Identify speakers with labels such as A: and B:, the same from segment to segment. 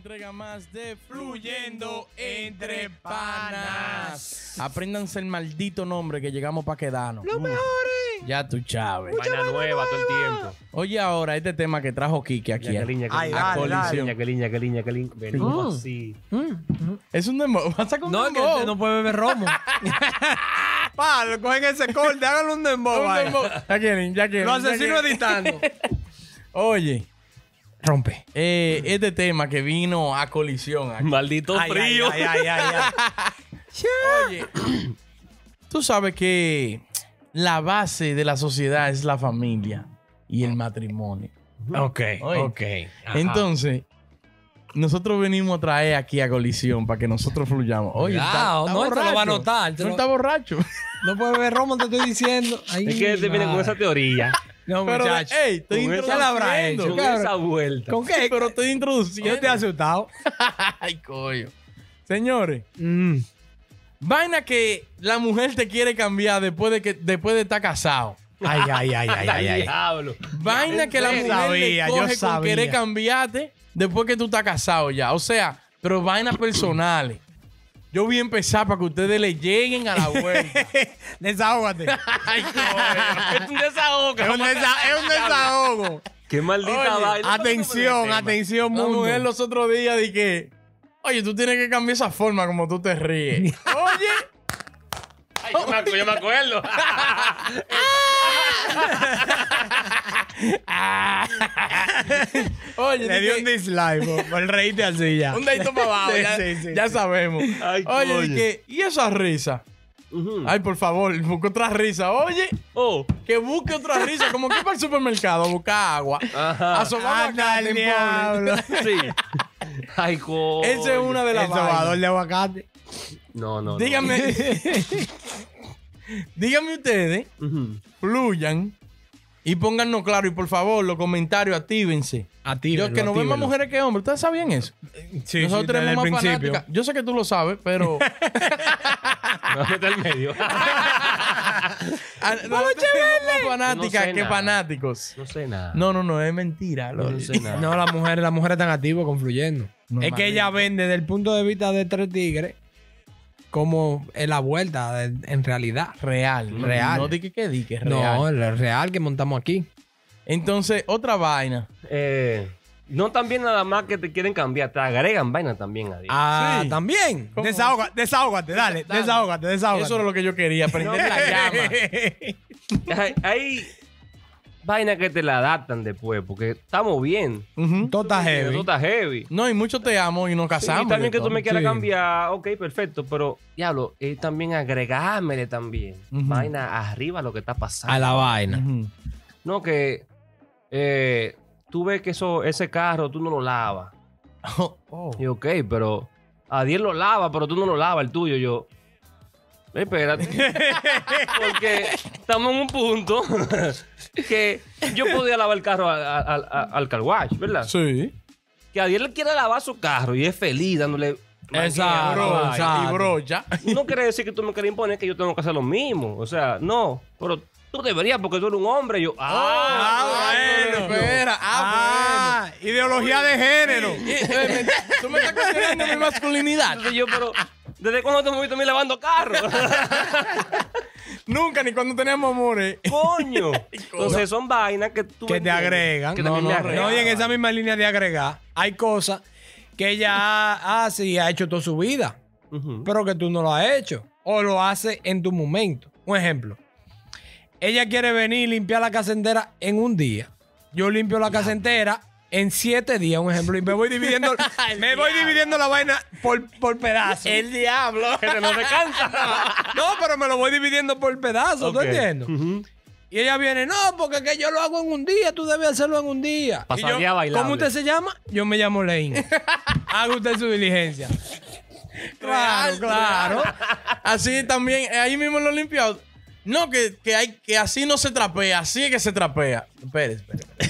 A: entrega más de Fluyendo Entre Panas. Apréndanse el maldito nombre que llegamos para quedarnos.
B: ¡Los mejores!
A: Ya tú, Chávez.
C: Vaina nueva todo el tiempo.
A: Oye, ahora este tema que trajo Kike aquí
B: Ay,
A: a
B: dale,
A: colisión.
C: Ñaquelín. Venimos así.
A: Es un dembow. Vas a sacar un
B: No, es que
A: dembow.
B: usted no puede beber romo. Pa, cogen ese corte, háganle un dembow.
A: Un
B: vaya.
A: dembow. Ya quieren.
B: Lo asesino editando.
A: Oye,
B: Rompe.
A: este tema que vino a colisión aquí.
C: Maldito
B: Ay,
C: frío.
B: ay.
A: Oye, tú sabes que la base de la sociedad es la familia y el matrimonio.
B: Ok,
A: Oye.
B: ok. Ajá.
A: Entonces, nosotros venimos a traer aquí a colisión para que nosotros fluyamos. Oye,
B: Cuidado, no, él te lo va a notar,
A: No está borracho.
B: No puede beber romo, te estoy diciendo. Ay,
C: Es que te viene con esa teoría.
B: No,
A: Pero,
B: muchacho.
A: ey, estoy
C: Con esa
B: ¿Qué le habrá
A: introduciendo.
B: hecho?
C: Con
B: Cabrón.
C: esa vuelta.
B: ¿Con qué?
A: Pero estoy introduciendo.
B: Yo te he asustado.
A: Ay, coño. Señores, vaina que la mujer te quiere cambiar después de estar casado.
B: Ay.
C: Diablo.
A: Vaina que la
B: Yo
A: mujer
B: sabía,
A: le
B: yo
A: coge con
B: sabía.
A: querer cambiarte después que tú estás casado ya. O sea, pero vainas personales. Yo voy a empezar para que ustedes le lleguen a la vuelta.
B: Desahógate.
A: Ay, coño.
C: Es un desahogo.
B: Es un desahogo.
C: Qué maldita
A: Oye,
C: vaina.
B: Atención,
A: La
B: mundo.
A: mujer los otros días dije, oye, tú tienes que cambiar esa forma como tú te ríes. Oye.
C: Ay, yo me acuerdo.
A: Oye,
B: Le dio un
A: dije,
B: dislike por reírte así ya.
A: un dedito para abajo.
B: Sí,
A: ya
B: sí,
A: ya
B: sí.
A: sabemos.
C: Ay,
A: Oye,
C: coño.
A: dije, ¿y esa risa?
C: Ujú.
A: Ay, por favor, busca otra risa. Oye,
C: Oh.
A: que busque otra risa. Como que para el supermercado a buscar agua.
C: Ajá.
A: Asomamos
B: Anda
A: acá
B: al
A: en
B: diablo.
C: Sí. Ay, coño.
A: Esa es una de las
B: El sobador
A: vainas.
B: de aguacate.
C: No.
A: Díganme. Díganme ustedes,
C: Ujú.
A: fluyan y pónganos claro. Y por favor, los comentarios actívense. Yo que nos ven más mujeres que hombres. ¿Ustedes sabían eso?
B: Sí,
A: Nosotros tenemos más fanáticas. Yo sé que tú lo sabes, pero.
C: No mete al medio.
A: Nosotros tenemos más fanáticas
C: No sé
A: que
C: nada.
A: fanáticos.
C: No sé nada.
A: No, es mentira.
C: Yo
A: Loli.
C: no sé nada.
B: No, las mujeres están activas confluyendo.
A: No,
B: es que ella ven desde el punto de vista de Tres Tigres como es la vuelta en realidad.
A: Real.
B: Real.
A: No di que es real.
B: No, el real que montamos aquí.
A: Entonces, otra vaina.
C: No también nada más que te quieren cambiar, te agregan vaina también a Dios.
B: Ah,
A: Sí.
B: también.
A: ¿Cómo?
B: Desahógate, dale. Desahógate.
A: Eso era lo que yo quería. Prender la llama.
C: Hay vainas que te la adaptan después, porque estamos bien.
A: Ujú.
B: Todo está heavy.
C: Eso está heavy.
A: No, y mucho te amo y nos
C: Sí,
A: casamos.
C: y también
A: de
C: que tú
A: todo.
C: me quieras
B: Sí.
C: cambiar, ok, perfecto, pero diablo, también agregármele también.
A: Ujú.
C: Vaina arriba lo que está pasando.
B: A la vaina.
A: Ujú.
C: No, que tú ves que ese carro tú no lo lavas.
A: Oh.
C: Y ok, pero Adiel lo lava, pero tú no lo lavas el tuyo. Yo, espérate. Porque estamos en un punto que yo podía lavar el carro al car wash, ¿verdad?
A: Sí.
C: Que Adiel le quiere lavar su carro y es feliz dándole...
B: Exacto,
C: manguera,
B: exacto.
A: Y brocha.
C: no quiere decir que tú me quieres imponer que yo tengo que hacer lo mismo. O sea, no. Pero tú deberías porque tú eres un hombre. Yo,
A: bueno. Espera.
B: Ideología de género.
A: Tú me estás cuestionando mi masculinidad.
C: Entonces yo, pero ¿desde cuándo te hemos visto a mí lavando carros?
A: Nunca, ni cuando teníamos amores.
C: Coño. Entonces son vainas que tú...
B: Que te
C: entiendes,
B: agregan.
C: Que también me agregan.
B: No, y en esa misma línea de agregar, hay cosas que ella hace y ha hecho toda su vida,
C: Ujú.
B: pero que tú no lo has hecho. O lo hace en tu momento. Un ejemplo. Ella quiere venir y limpiar la casa entera en un día. Yo limpio la casa entera en 7 días, un ejemplo. Y me voy dividiendo, la vaina por pedazos.
A: El diablo.
C: Que no se cansa.
B: No, pero me lo voy dividiendo por pedazos, ¿tú
C: Ok.
B: entiendes?
C: Ujú.
B: Y ella viene, no, porque que yo lo hago en un día, tú debes hacerlo en un día. Y
C: Pasaría
B: yo,
C: bailable.
B: ¿cómo usted se llama? Yo me llamo Leín. Haga usted su diligencia. Claro,
A: Real,
B: claro.
A: real. Así también, ahí mismo lo limpiado. No, que así no se trapea, así es que se trapea. Espérese.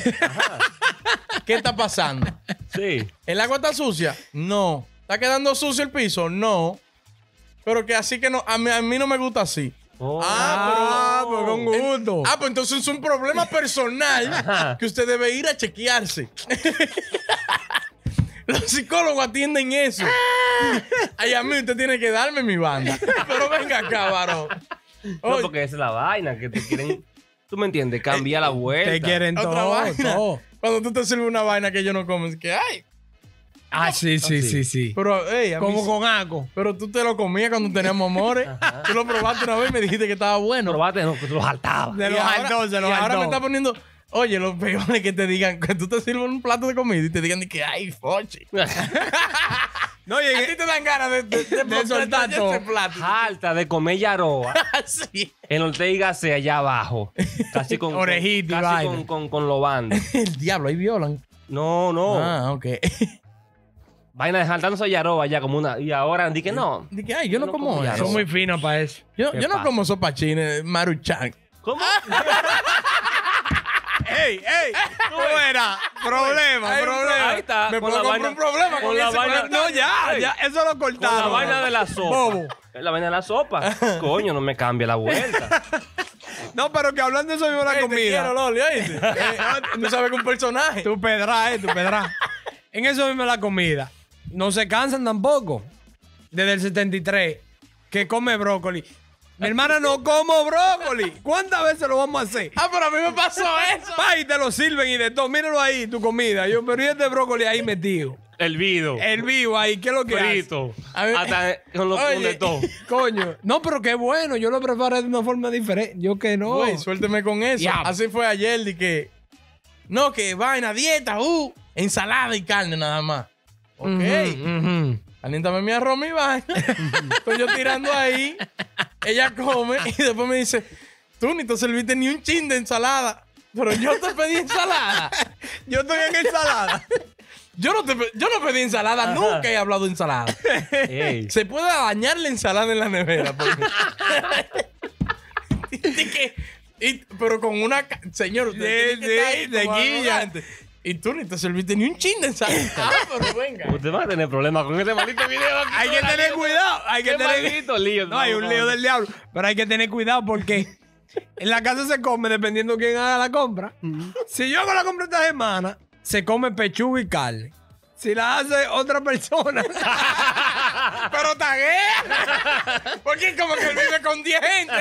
A: ¿Qué está pasando?
C: Sí.
A: ¿El agua está sucia? No. ¿Está quedando sucio el piso? No. Pero que así que no, a mí no me gusta así.
C: Oh.
B: Pues con gusto.
A: Pues entonces es un problema personal que usted debe ir a chequearse. Los psicólogos atienden eso. Ay, a mí usted tiene que darme mi banda. Pero venga acá, varón.
C: No, porque esa es la vaina que te quieren. ¿Tú me entiendes? Cambia la vuelta.
B: Te quieren
A: Otra
B: todo,
A: vaina.
B: todo.
A: Cuando tú te sirves una vaina que yo no como, es que, ay.
B: Ah, sí.
A: Pero, hey, a mí
B: Como
A: sí.
B: con algo.
A: Pero tú te lo comías cuando teníamos amores. Tú lo probaste una vez y me dijiste que estaba bueno.
C: Probaste, no, que tú los saltabas.
B: De
A: Y
B: los
A: ahora-
B: altos, de los
A: y ahora me
B: altos.
A: está poniendo. Oye, lo peor es que te digan que tú te sirves un plato de comida y te digan de que, ay, fochi.
B: No, y
A: A ti te dan ganas de
B: soltar todo.
A: ese plato.
C: Alta de comer yaroa
A: Sí.
C: en Ortega y Gasset allá abajo. Casi con
B: Orejita y
C: casi
B: vaina.
C: con lo bando.
A: El diablo, ahí violan.
C: No.
A: Ah, ok.
C: Vaina de saltándose yaroa allá como una. Y ahora di que no.
A: Dije, ay, yo no
C: no
A: como
C: como
A: eso.
B: Son muy finos para eso.
A: Yo
C: ¿Qué
A: no
C: pasa?
A: como sopa china, maruchan.
C: ¿Cómo?
B: ¡Ey! ¿Cómo era? Problema.
C: Ahí está.
A: Me
C: con
A: puedo
C: la
A: comprar
C: vaina-
A: un problema con
C: la
A: ese
C: vaina.
A: comentario.
B: No, ya. Eso lo
C: Con
B: cortaron.
C: la vaina de la sopa.
B: Bobo.
C: La vaina de la sopa. Coño, no me cambia la vuelta.
B: No, pero que hablando de eso mismo la
A: Te
B: comida.
A: quiero, Loli, ¿oíste? Tú sabes que un personaje.
B: Tu pedra, tu pedra. En eso mismo la comida. No se cansan tampoco. Desde el 73, que come brócoli. Mi hermana no como brócoli. ¿Cuántas veces lo vamos a hacer?
A: Ah, pero a mí me pasó eso.
B: Pa, y te lo sirven y de todo. Míralo ahí, tu comida. Yo, pero ¿y este brócoli ahí metido?
C: El vido.
B: El vivo ahí, ¿qué es lo que
C: frito.
A: A mí-
C: Hasta con lo
A: Oye.
C: con de todo.
B: hace? Coño. No, pero qué bueno. Yo lo preparé de una forma diferente. Yo que no.
A: Güey, suélteme con eso.
B: Ya.
A: Así fue ayer de que. No, que vaina, dieta, ensalada y carne nada más. Ok.
B: Ujú.
A: Caliéntame mi arroz, mi vaina. Estoy yo tirando ahí. Ella come y después me dice: tú ni te serviste ni un chin de ensalada. Pero yo te pedí ensalada.
B: Yo estoy en ensalada.
A: Yo no pedí ensalada. Nunca he hablado de ensalada.
C: Ey.
A: Se puede dañar la ensalada en la nevera. Porque... pero con una... Señor, usted
B: Sí,
A: tiene que estar ahí
B: sí, de
A: como
B: guilla.
A: arrogante. Y tú ni te serviste ni un chin de ensalada. Ah, pero venga.
C: Usted va a tener problemas con este maldito video. aquí.
B: Hay que tener cuidado. Hay que
C: Qué
B: tener
C: maldito lío.
B: No, hay un lío del diablo. Pero hay que tener cuidado porque en la casa se come dependiendo quién haga la compra. Si yo hago la compra esta semana, se come pechuga y carne. Si la hace otra persona.
A: Pero taguea. Porque como que él vive con 10 gente.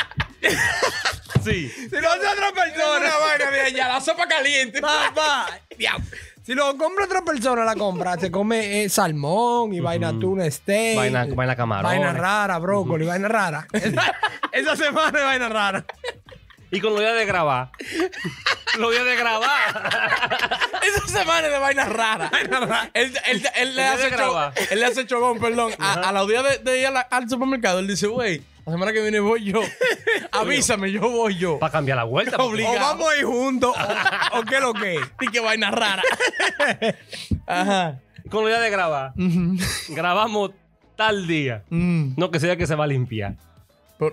C: Sí.
B: Si lo hace otra
A: Una
B: persona.
A: vaina de allá, la sopa caliente.
B: Papá. Si lo compra otra persona, la compra. Se come salmón y vaina atún, steak.
C: Vaina camarón.
B: Vaina rara, brócoli, vaina rara. Esa semana es vaina rara.
C: Y con los días de grabar. Los días de grabar.
A: Esa semana es de vainas raras. Él le
C: Debe
A: hace
C: grabar.
A: él le hace chogón, perdón. A la día de ir al supermercado, él dice, güey, la semana que viene voy yo. Avísame, yo voy yo.
C: Para cambiar la vuelta.
A: Obligado.
B: O vamos a ir juntos. O qué es lo que es.
A: Y qué vaina rara. Ajá.
C: Con los días de grabar. Grabamos tal día.
A: Mm.
C: No que sea que se va a limpiar.
A: Por-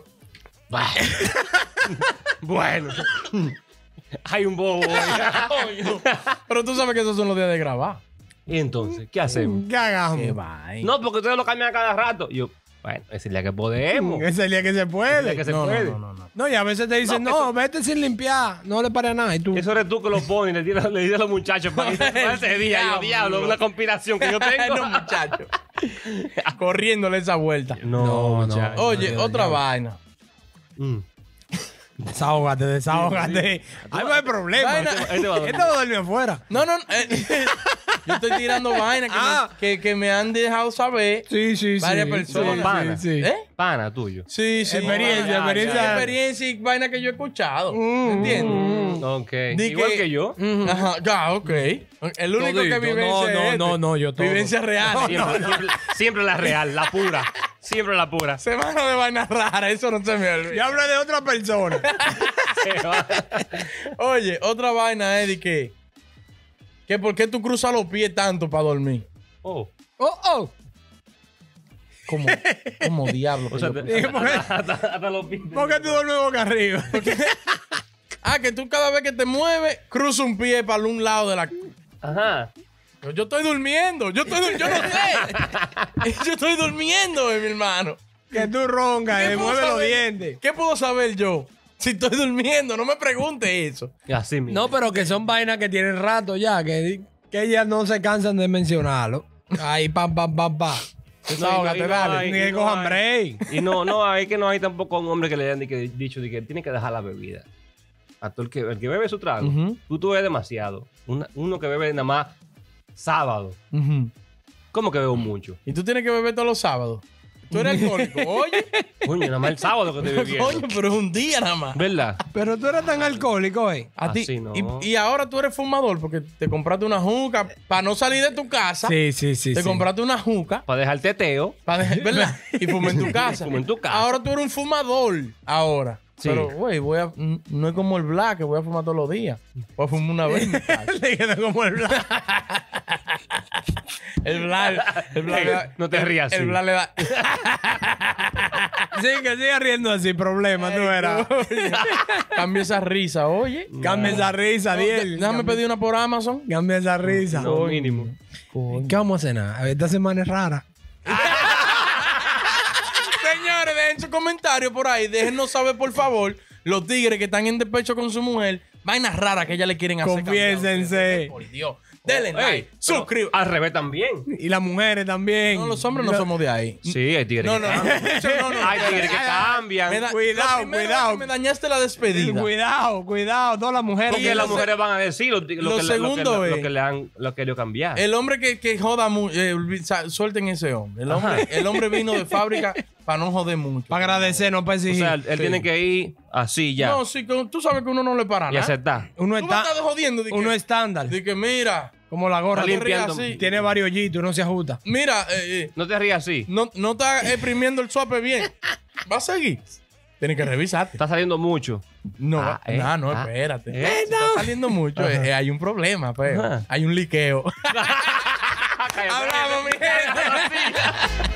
C: Bueno. Hay un bobo.
A: Pero tú sabes que esos son los días de grabar.
C: Y entonces, ¿qué hacemos?
B: ¿Qué hagamos?
A: Qué vaina.
C: No, porque ustedes lo cambian a cada rato. Y yo, bueno, ese es el día que podemos.
B: Es el día que se
C: Es el
B: puede.
C: día que se
A: No,
C: puede.
A: no.
B: No, y a veces te dicen, no, vete sin limpiar. No le pare a nada. Y tú,
C: Eso eres tú que lo pones y le dices a los muchachos para ese día. Yo, diablo, una conspiración que yo tengo.
A: No, muchacho. Corriéndole esa vuelta.
C: No,
B: muchacho.
A: Oye, otra vaina.
C: Mm.
B: desahógate. Ahí no hay problema.
A: Vaina-
C: Este va a dormir.
B: Este va a dormir afuera.
A: No. Yo estoy tirando vainas que me han dejado saber.
B: Sí.
A: Varias personas.
C: Pana.
B: Sí.
A: ¿Eh?
C: Pana tuyo.
A: Sí.
B: Experiencia.
A: Experiencia y vaina que yo he escuchado. ¿Entiendes?
C: Ok.
A: Di
C: Igual que yo.
A: Ajá, ya, ok. El único que
B: Todito.
A: vivencia
B: No, yo todo.
A: Vivencia real.
C: Siempre la real, la pura. Siempre la pura.
A: Semana de vainas raras, eso no se me olvida.
B: Y habla de otra persona.
A: Oye, otra vaina es de que por qué tú cruzas los pies tanto para dormir.
C: Oh.
A: Como diablo.
C: O
A: que
C: sea,
A: yo-
C: hasta los pies.
B: ¿Por qué tú duermes boca arriba?
A: que tú cada vez que te mueves, cruza un pie para un lado de la...
C: Ajá.
A: Yo estoy durmiendo. Yo no sé. Yo estoy durmiendo, mi hermano.
B: Que tú roncas,
A: ¿Qué puedo
B: mueve los
A: saber?
B: dientes.
A: ¿Qué puedo saber yo? Si estoy durmiendo, no me pregunte eso.
C: Y así mismo.
B: No, pero que son vainas que tienen rato ya. Que que ellas no se cansan de mencionarlo. Ahí, pam. Desahógate, dale. Ni que cojan break.
C: Y no hay tampoco un hombre que le hayan dicho de que tiene que dejar la bebida. A todo el que bebe su trago. Tú bebes demasiado. Uno que bebe nada más sábado. ¿Cómo que bebo mucho?
A: Y tú tienes que beber todos los sábados. Tú eres alcohólico, oye.
C: Coño, nada más el sábado que te bebiendo.
A: Coño, pero es un día nada más.
C: ¿Verdad?
B: Pero tú eres tan alcohólico,
A: A ti.
C: Así no.
A: Y ahora tú eres fumador porque te compraste una juca para no salir de tu casa.
B: Sí.
A: Te compraste una juca.
C: Para dejar teteo.
A: ¿Verdad? Y fumé en tu casa.
C: Fumé en tu casa.
A: Ahora tú eres un fumador. Ahora.
C: Sí.
A: Pero, güey, no es como el black que voy a fumar todos los días. Voy a fumar una vez en mi casa.
B: como el black.
A: El black.
C: No te rías así.
A: El black le da.
B: Sí, que siga riendo así, problema, tú verás.
A: Cambia esa risa, oye.
B: Cambia esa risa, Diel.
A: Déjame pedir una por Amazon.
B: Cambia esa risa.
C: No, mínimo.
B: ¿Qué vamos a cenar? A ver, esta semana es rara.
A: Señores, dejen su comentario por ahí. Déjenos saber, por favor, los tigres que están en despecho con su mujer. Vainas raras que ella le quieren hacer.
B: Confiésense.
A: Por Dios. Denle like. Suscríbanse.
C: Al revés también.
B: Y las mujeres también.
A: No, los hombres no somos de ahí.
C: Sí, hay tigres
A: No,
C: que
A: no,
C: cambian.
A: no.
C: Hay tigres que cambian.
B: Cuidado.
A: Me dañaste la despedida.
B: Cuidado. Todas las mujeres.
C: Porque las mujeres van a decir lo que lo que ellos cambiar.
A: El hombre que joda mucho, suelten ese hombre. El hombre vino de fábrica para no joder mucho.
B: Para agradecer, no para
C: O
B: exigir.
C: sea, él tiene que ir así ya.
A: No, sí, tú sabes que uno no le para
C: Y
A: nada.
C: aceptar.
A: Tú me estás jodiendo.
B: Uno estándar.
A: De que mira,
B: Como la gorra.
C: Está limpiando.
A: así.
B: Tiene varios hoyitos, no se ajusta.
A: Mira,
C: No te rías así.
A: no está exprimiendo el suape bien. ¿Va a seguir? Tienes que revisarte.
C: Está saliendo mucho.
A: No, espérate. Si está saliendo mucho, hay un problema, pues.
C: Ajá.
A: Hay un liqueo.
C: Cállate.
A: Hablamos, mi gente.